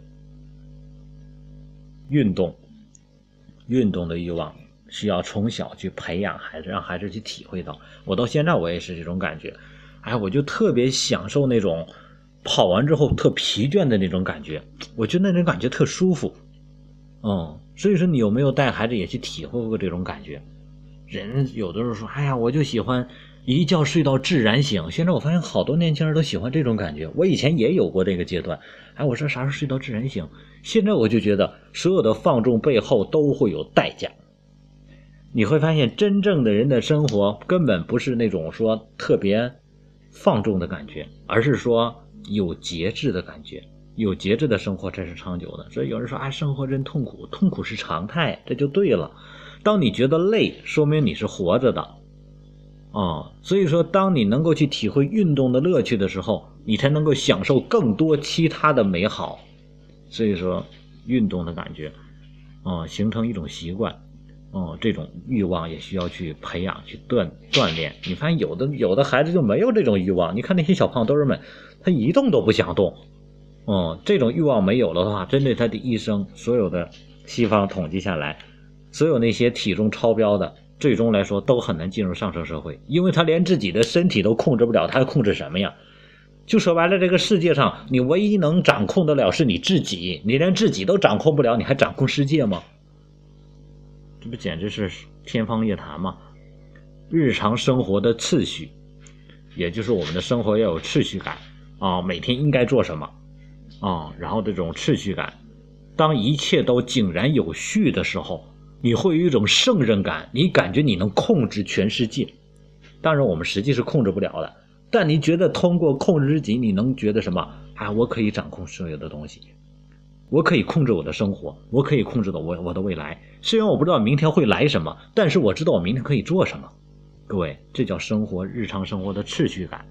运动，运动的欲望需要从小去培养孩子，让孩子去体会到。我到现在我也是这种感觉，哎，我就特别享受那种跑完之后特疲倦的那种感觉，我觉得那种感觉特舒服。嗯，所以说你有没有带孩子也去体会过这种感觉？人有的时候说，哎呀，我就喜欢一觉睡到自然醒。现在我发现好多年轻人都喜欢这种感觉，我以前也有过这个阶段。哎，我说啥时候睡到自然醒？现在我就觉得所有的放纵背后都会有代价。你会发现真正的人的生活根本不是那种说特别放纵的感觉，而是说有节制的感觉。有节制的生活才是长久的。所以有人说啊，生活真痛苦，痛苦是常态，这就对了。当你觉得累，说明你是活着的。哦，所以说当你能够去体会运动的乐趣的时候，你才能够享受更多其他的美好。所以说运动的感觉，哦，形成一种习惯，哦，这种欲望也需要去培养，去锻锻炼。你发现有的有的孩子就没有这种欲望，你看那些小胖墩儿们，他一动都不想动。嗯，这种欲望没有了的话，针对他的一生，所有的西方统计下来，所有那些体重超标的，最终来说都很难进入上层社会，因为他连自己的身体都控制不了，他还控制什么呀？就说白了，这个世界上你唯一能掌控得了是你自己，你连自己都掌控不了，你还掌控世界吗？这不简直是天方夜谭吗？日常生活的次序，也就是我们的生活要有秩序感啊，每天应该做什么啊，然后这种秩序感，当一切都井然有序的时候，你会有一种胜任感，你感觉你能控制全世界。当然我们实际是控制不了的，但你觉得通过控制自己，你能觉得什么啊？我可以掌控所有的东西，我可以控制我的生活，我可以控制到我我的未来。虽然我不知道明天会来什么，但是我知道我明天可以做什么。各位，这叫生活日常生活的秩序感。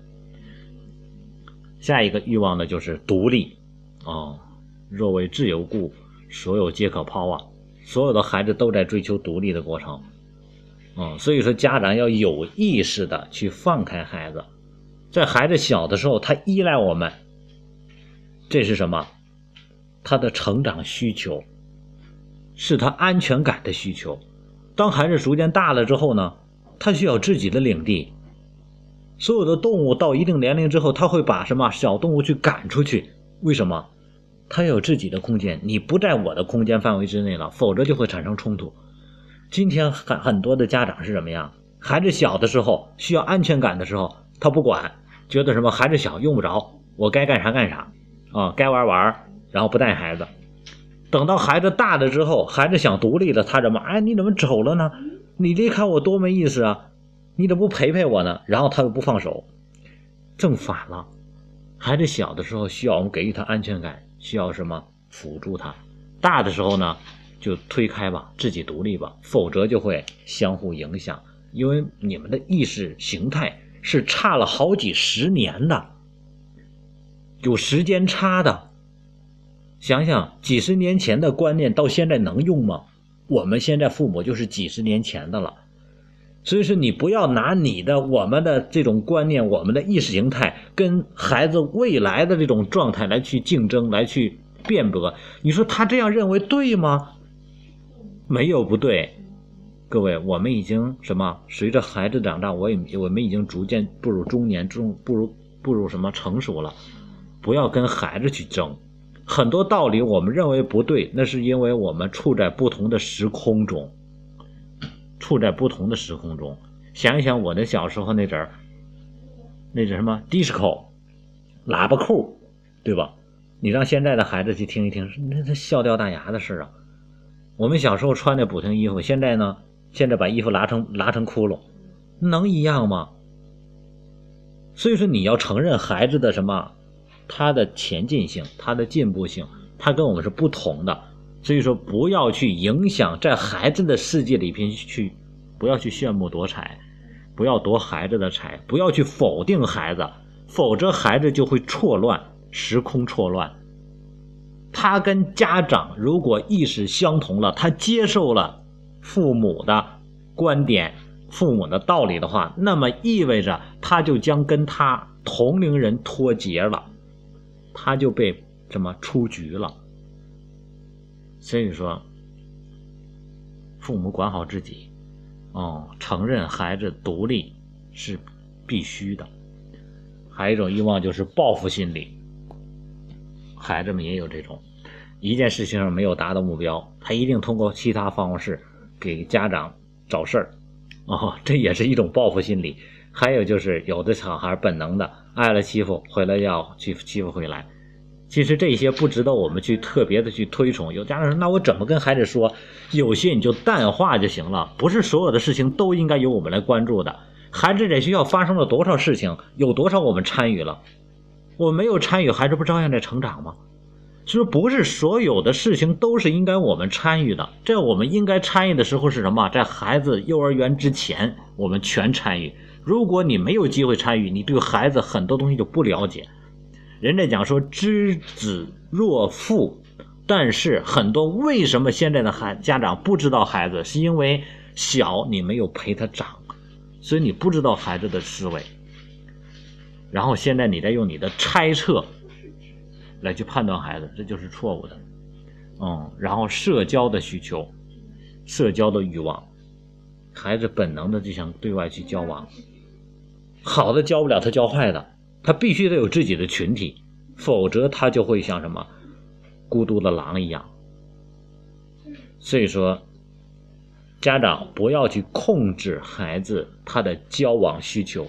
下一个欲望呢，就是独立。哦，若为自由故，所有皆可抛啊！所有的孩子都在追求独立的过程。嗯，所以说家长要有意识的去放开孩子。在孩子小的时候，他依赖我们，这是什么？他的成长需求，是他安全感的需求。当孩子逐渐大了之后呢，他需要自己的领地。所有的动物到一定年龄之后，他会把什么小动物去赶出去。为什么？他有自己的空间，你不在我的空间范围之内了，否则就会产生冲突。今天很很多的家长是什么样？孩子小的时候需要安全感的时候，他不管，觉得什么孩子小用不着，我该干啥干啥啊，该玩玩，然后不带孩子。等到孩子大了之后，孩子想独立了，他怎么哎你怎么走了呢？你离开我多没意思啊，你怎么不陪陪我呢？然后他又不放手。正反了，孩子小的时候需要我们给予他安全感，需要什么辅助他，大的时候呢就推开吧，自己独立吧，否则就会相互影响。因为你们的意识形态是差了好几十年的，有时间差的。想想几十年前的观念到现在能用吗？我们现在父母就是几十年前的了。所以说你不要拿你的我们的这种观念，我们的意识形态跟孩子未来的这种状态来去竞争，来去辩驳。你说他这样认为对吗？没有不对。各位，我们已经什么随着孩子长大，我也我们已经逐渐步入中年，中步入步入什么成熟了。不要跟孩子去争，很多道理我们认为不对，那是因为我们处在不同的时空中。处在不同的时空中，想一想我的小时候那阵儿，那是什么 disco 喇叭裤，对吧？你让现在的孩子去听一听，那他笑掉大牙的事啊。我们小时候穿的补丁衣服，现在呢，现在把衣服拉成拉成窟窿，能一样吗？ 所以说你要承认孩子的什么，他的前进性，他的进步性，他跟我们是不同的。所以说不要去影响在孩子的世界里边去，不要去炫目夺彩，不要夺孩子的彩，不要去否定孩子，否则孩子就会错乱，时空错乱。他跟家长如果意识相同了，他接受了父母的观点，父母的道理的话，那么意味着他就将跟他同龄人脱节了，他就被什么出局了。所以说父母管好自己，哦，承认孩子独立是必须的。还有一种欲望就是报复心理，孩子们也有这种，一件事情上没有达到目标，他一定通过其他方式给家长找事儿，哦，这也是一种报复心理。还有就是有的小孩本能的挨了欺负回来要去欺负回来，其实这些不值得我们去特别的去推崇。有家长说那我怎么跟孩子说，有些你就淡化就行了，不是所有的事情都应该由我们来关注的。孩子在学校发生了多少事情，有多少我们参与了，我没有参与，孩子不照样在成长吗？所以不是所有的事情都是应该我们参与的，在我们应该参与的时候是什么？在孩子幼儿园之前我们全参与。如果你没有机会参与，你对孩子很多东西就不了解。人家讲说知子若父，但是很多为什么现在的孩家长不知道孩子，是因为小你没有陪他长，所以你不知道孩子的思维，然后现在你在用你的猜测来去判断孩子，这就是错误的。嗯，然后社交的需求，社交的欲望，孩子本能的就想对外去交往，好的教不了他教坏的，他必须得有自己的群体，否则他就会像什么孤独的狼一样。所以说家长不要去控制孩子他的交往需求。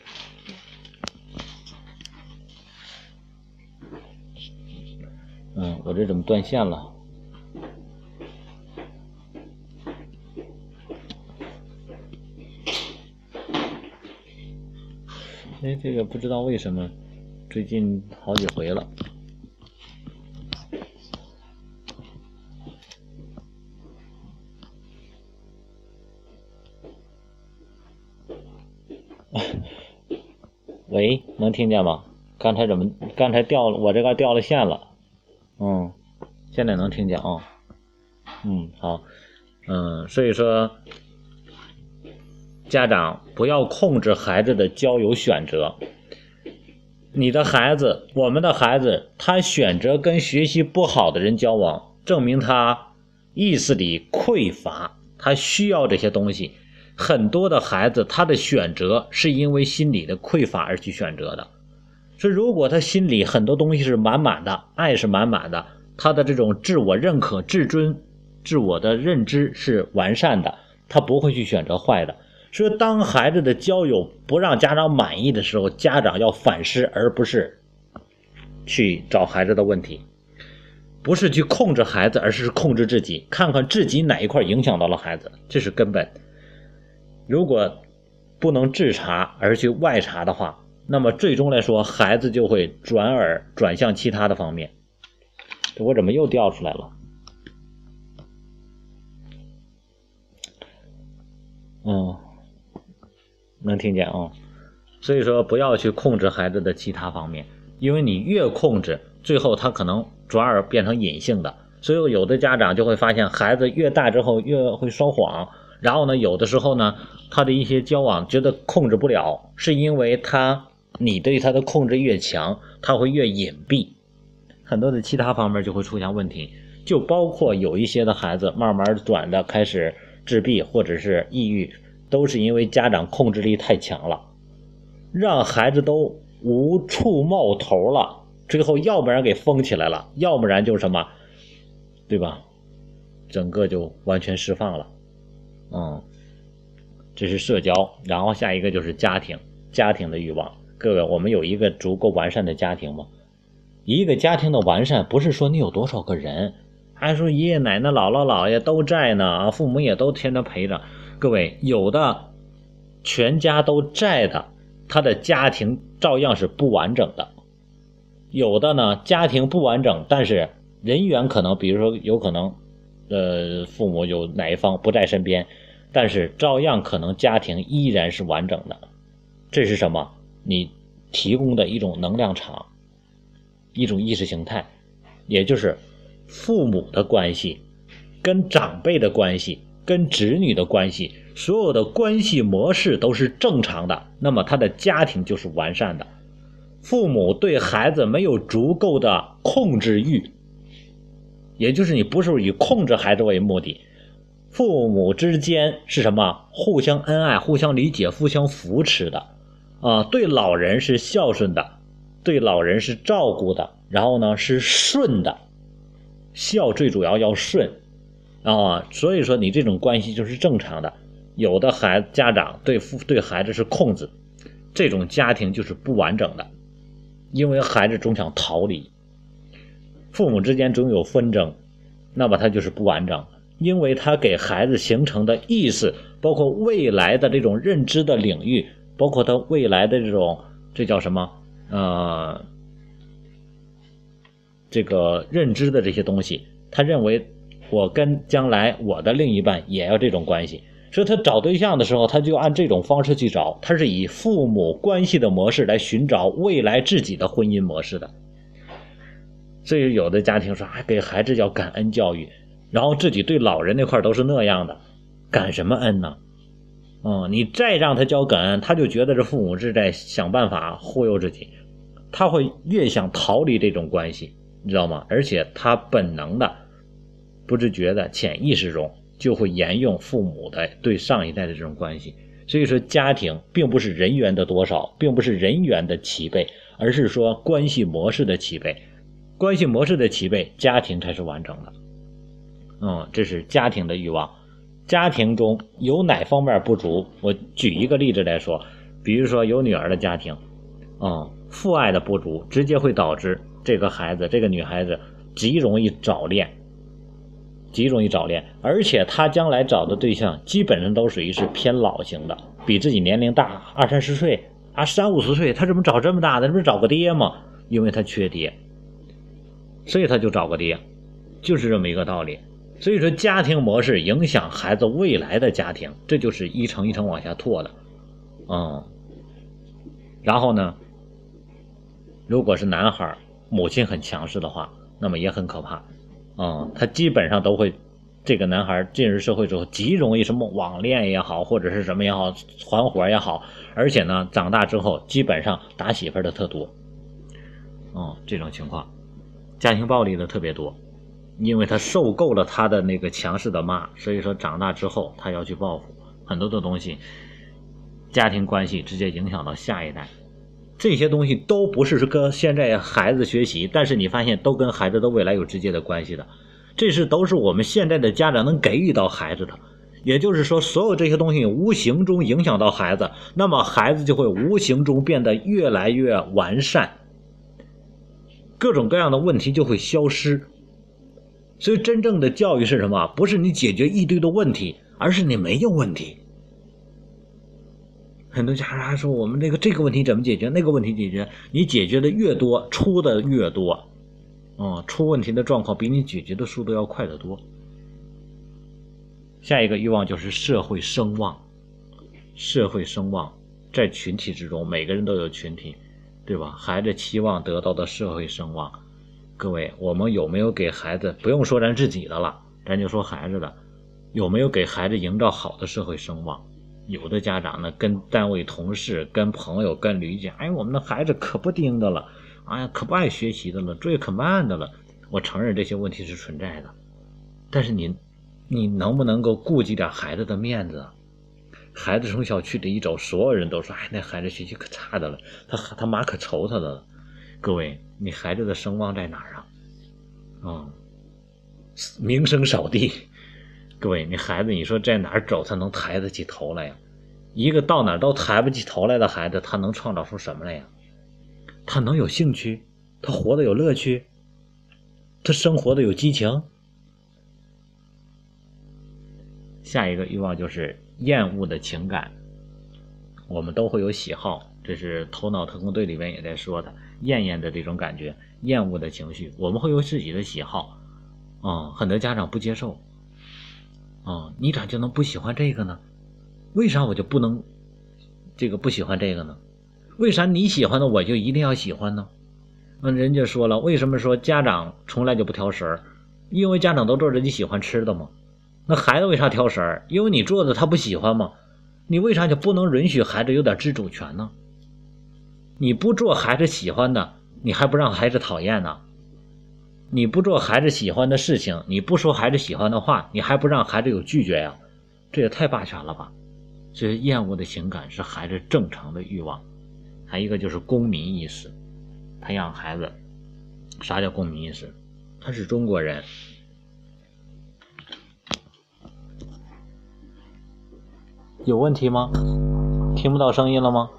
嗯，我这怎么断线了？哎，这个不知道为什么最近好几回了。喂，能听见吗？刚才怎么刚才掉了，我这个掉了线了。嗯，现在能听见啊、哦。嗯，好。嗯，所以说家长不要控制孩子的交友选择。你的孩子，我们的孩子，他选择跟学习不好的人交往，证明他意识里匮乏，他需要这些东西。很多的孩子他的选择是因为心理的匮乏而去选择的，所以如果他心里很多东西是满满的，爱是满满的，他的这种自我认可、自尊、自我的认知是完善的，他不会去选择坏的。所以当孩子的交友不让家长满意的时候，家长要反思，而不是去找孩子的问题，不是去控制孩子，而是控制自己，看看自己哪一块影响到了孩子，这是根本。如果不能自查而去外查的话，那么最终来说孩子就会转而转向其他的方面。我怎么又掉出来了？嗯，能听见啊、哦？所以说不要去控制孩子的其他方面，因为你越控制，最后他可能转而变成隐性的。所以有的家长就会发现孩子越大之后越会说谎，然后呢有的时候呢他的一些交往觉得控制不了，是因为他你对他的控制越强，他会越隐蔽，很多的其他方面就会出现问题。就包括有一些的孩子慢慢转的开始自闭或者是抑郁，都是因为家长控制力太强了，让孩子都无处冒头了，最后要不然给封起来了，要不然就是什么，对吧？整个就完全释放了。嗯，这是社交。然后下一个就是家庭，家庭的欲望。各位，我们有一个足够完善的家庭吗？一个家庭的完善不是说你有多少个人，还说爷爷奶奶姥姥姥爷都在呢，父母也都天天陪着。各位，有的全家都在的他的家庭照样是不完整的。有的呢，家庭不完整，但是人员可能，比如说有可能，呃，父母有哪一方不在身边，但是照样可能家庭依然是完整的。这是什么？你提供的一种能量场，一种意识形态，也就是父母的关系、跟长辈的关系、跟子女的关系，所有的关系模式都是正常的，那么他的家庭就是完善的。父母对孩子没有足够的控制欲，也就是你不是以控制孩子为目的，父母之间是什么？互相恩爱、互相理解、互相扶持的啊，对老人是孝顺的，对老人是照顾的，然后呢是顺的，孝最主要要顺啊，所以说你这种关系就是正常的。有的孩子家长对父对孩子是控制，这种家庭就是不完整的，因为孩子总想逃离，父母之间总有纷争，那么他就是不完整，因为他给孩子形成的意识，包括未来的这种认知的领域，包括他未来的这种这叫什么呃，这个认知的这些东西，他认为我跟将来我的另一半也要这种关系，所以他找对象的时候，他就按这种方式去找，他是以父母关系的模式来寻找未来自己的婚姻模式的。所以有的家庭说，哎，给孩子要感恩教育，然后自己对老人那块都是那样的，感什么恩呢？嗯，你再让他教感恩，他就觉得这父母是在想办法忽悠自己，他会越想逃离这种关系，你知道吗？而且他本能的、不自觉的、潜意识中就会沿用父母的对上一代的这种关系。所以说，家庭并不是人员的多少，并不是人员的齐备，而是说关系模式的齐备。关系模式的齐备，家庭才是完整的。嗯，这是家庭的欲望。家庭中有哪方面不足？我举一个例子来说，比如说有女儿的家庭，嗯，父爱的不足，直接会导致这个孩子、这个女孩子极容易早恋，极容易早恋，而且她将来找的对象基本上都属于是偏老型的，比自己年龄大二三十岁啊，三五十岁，她怎么找这么大的？这不是找个爹吗？因为她缺爹。所以他就找个爹，就是这么一个道理。所以说家庭模式影响孩子未来的家庭，这就是一层一层往下拓的。嗯，然后呢，如果是男孩，母亲很强势的话，那么也很可怕。嗯，他基本上都会，这个男孩进入社会之后，极容易什么网恋也好，或者是什么也好，团伙也好，而且呢，长大之后基本上打媳妇的特多。嗯，这种情况。家庭暴力的特别多，因为他受够了他的那个强势的骂，所以说长大之后他要去报复，很多的东西家庭关系直接影响到下一代，这些东西都不是跟现在孩子学习，但是你发现都跟孩子的未来有直接的关系的，这是都是我们现在的家长能给予到孩子的。也就是说，所有这些东西无形中影响到孩子，那么孩子就会无形中变得越来越完善，各种各样的问题就会消失。所以真正的教育是什么？不是你解决一堆的问题，而是你没有问题。很多家长还说我们这个这个问题怎么解决，那个问题解决，你解决的越多，出的越多。嗯，出问题的状况比你解决的速度要快得多。下一个欲望就是社会声望。社会声望在群体之中，每个人都有群体，对吧？孩子期望得到的社会声望，各位，我们有没有给孩子，不用说咱自己的了，咱就说孩子的，有没有给孩子营造好的社会声望？有的家长呢，跟单位同事、跟朋友、跟邻居，哎，我们的孩子可不盯的了，哎呀，可不爱学习的了，作业可慢的了。我承认这些问题是存在的，但是你，你能不能够顾及点孩子的面子？孩子从小区里一走，所有人都说，哎，那孩子学习可差的了，他他妈可愁他的了。各位，你孩子的声望在哪儿啊？嗯，名声扫地。各位，你孩子你说在哪儿走他能抬得起头来呀？一个到哪儿都抬不起头来的孩子，他能创造出什么来呀？他能有兴趣？他活得有乐趣？他生活的有激情？下一个欲望就是厌恶的情感。我们都会有喜好， 这是头脑特工队里面也在说的，厌厌的这种感觉，厌恶的情绪，我们会有自己的喜好，嗯，很多家长不接受，嗯，你咋就能不喜欢这个呢？为啥我就不能这个不喜欢这个呢？为啥你喜欢的我就一定要喜欢呢？那人家说了，为什么说家长从来就不挑食儿？因为家长都做自己喜欢吃的嘛。那孩子为啥挑食儿？因为你做的他不喜欢嘛。你为啥就不能允许孩子有点自主权呢？你不做孩子喜欢的，你还不让孩子讨厌呢？你不做孩子喜欢的事情，你不说孩子喜欢的话，你还不让孩子有拒绝呀？这也太霸权了吧。这些厌恶的情感是孩子正常的欲望。还有一个就是公民意识，培养孩子。啥叫公民意识？他是中国人，有问题吗？听不到声音了吗？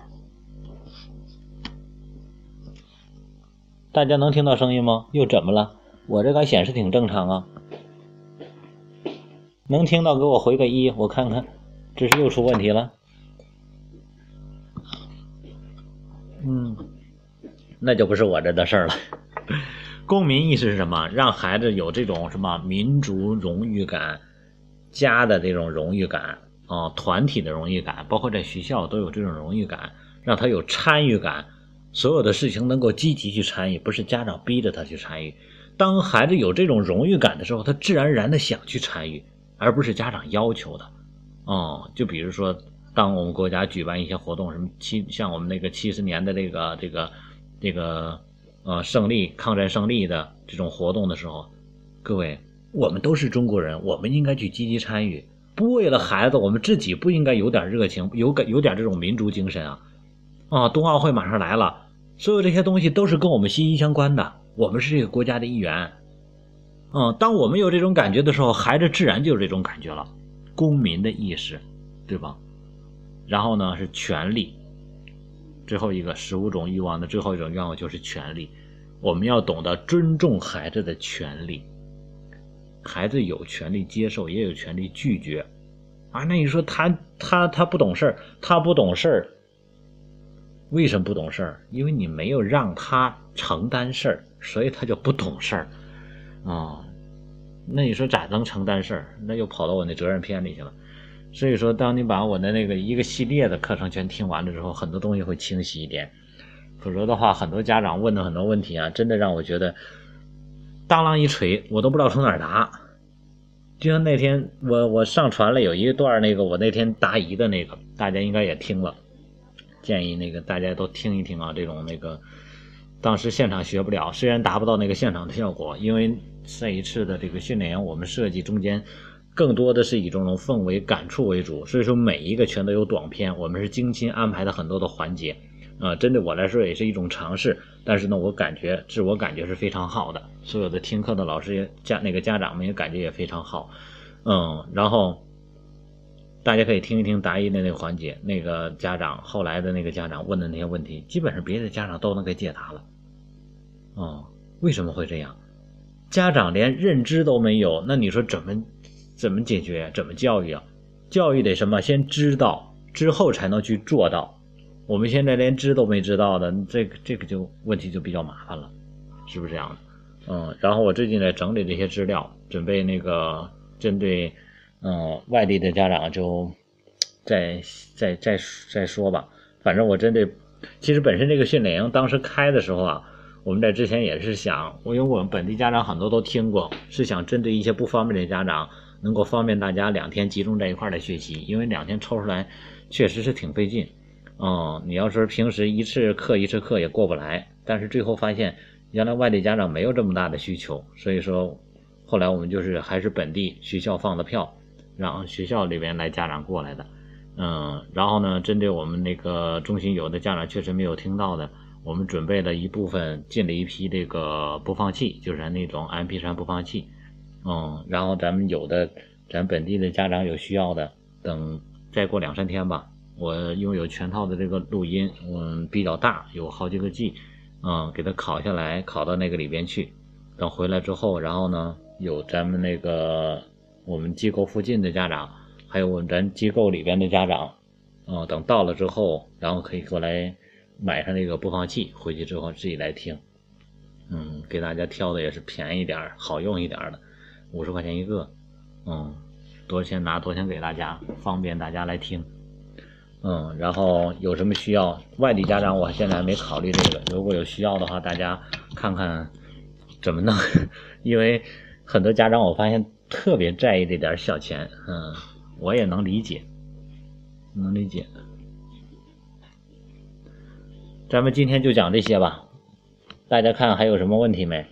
大家能听到声音吗？又怎么了？我这个显示挺正常啊。能听到给我回个一，我看看，这是又出问题了。嗯，那就不是我这的事儿了。公民意识是什么？让孩子有这种什么民族荣誉感、家的这种荣誉感啊、呃，团体的荣誉感，包括在学校都有这种荣誉感，让他有参与感，所有的事情能够积极去参与，不是家长逼着他去参与。当孩子有这种荣誉感的时候，他自然而然的想去参与，而不是家长要求的。哦、嗯，就比如说，当我们国家举办一些活动，什么七像我们那个七十年的这个这个这个呃胜利抗战胜利的这种活动的时候，各位，我们都是中国人，我们应该去积极参与。不为了孩子，我们自己不应该有点热情，有有点这种民族精神啊！啊，冬奥会马上来了，所有这些东西都是跟我们息息相关的。我们是这个国家的一员，嗯，当我们有这种感觉的时候，孩子自然就有这种感觉了，公民的意识，对吧？然后呢是权利，最后一个十五种欲望的最后一种愿望就是权利，我们要懂得尊重孩子的权利，孩子有权利接受，也有权利拒绝啊。那你说他他他不懂事儿，他不懂事儿，为什么不懂事儿？因为你没有让他承担事儿，所以他就不懂事儿啊。那你说咋能承担事儿？那又跑到我那责任篇里去了。所以说，当你把我的那个一个系列的课程全听完了之后，很多东西会清晰一点。否则的话，很多家长问的很多问题啊，真的让我觉得当啷一锤，我都不知道从哪儿答。就像那天我我上传了有一段那个我那天答疑的那个，大家应该也听了，建议那个大家都听一听啊。这种那个当时现场学不了，虽然达不到那个现场的效果，因为这一次的这个训练营我们设计中间更多的是以这种氛围感触为主，所以说每一个全都有短片，我们是精心安排的很多的环节啊、呃，针对我来说也是一种尝试，但是呢我感觉自我感觉是非常好的，所有的听课的老师也家那个家长们也感觉也非常好。嗯，然后大家可以听一听答疑的那个环节，那个家长后来的那个家长问的那些问题，基本上别的家长都能给解答了。哦，为什么会这样？家长连认知都没有，那你说怎么怎么解决？怎么教育啊？教育得什么？先知道，之后才能去做到。我们现在连知都没知道的，这个这个就问题就比较麻烦了，是不是这样的？嗯，然后我最近在整理这些资料，准备那个针对嗯外地的家长就再再再再说吧。反正我针对，其实本身这个训练营当时开的时候啊。我们在之前也是想，因为我们本地家长很多都听过，是想针对一些不方便的家长，能够方便大家两天集中在一块儿来学习，因为两天抽出来确实是挺费劲。嗯，你要是平时一次课一次课也过不来，但是最后发现原来外地家长没有这么大的需求，所以说后来我们就是还是本地学校放的票，让学校里边来家长过来的。嗯，然后呢，针对我们那个中心有的家长确实没有听到的，我们准备了一部分，进了一批这个播放器，就是那种 M P 三 播放器。嗯，然后咱们有的咱本地的家长有需要的，等再过两三天吧，我因为有全套的这个录音，嗯，比较大，有好几个 G， 嗯，给它拷下来，拷到那个里边去。等回来之后，然后呢，有咱们那个我们机构附近的家长，还有我们咱机构里边的家长，嗯，等到了之后，然后可以过来。 买上那个播放器，回去之后自己来听。嗯，给大家挑的也是便宜点好用一点的，五十块钱一个。嗯，多少钱拿多少钱给大家，方便大家来听。嗯，然后有什么需要，外地家长我现在还没考虑这个，如果有需要的话，大家看看怎么弄，因为很多家长我发现特别在意这点小钱。嗯，我也能理解，能理解。咱们今天就讲这些吧，大家看还有什么问题没？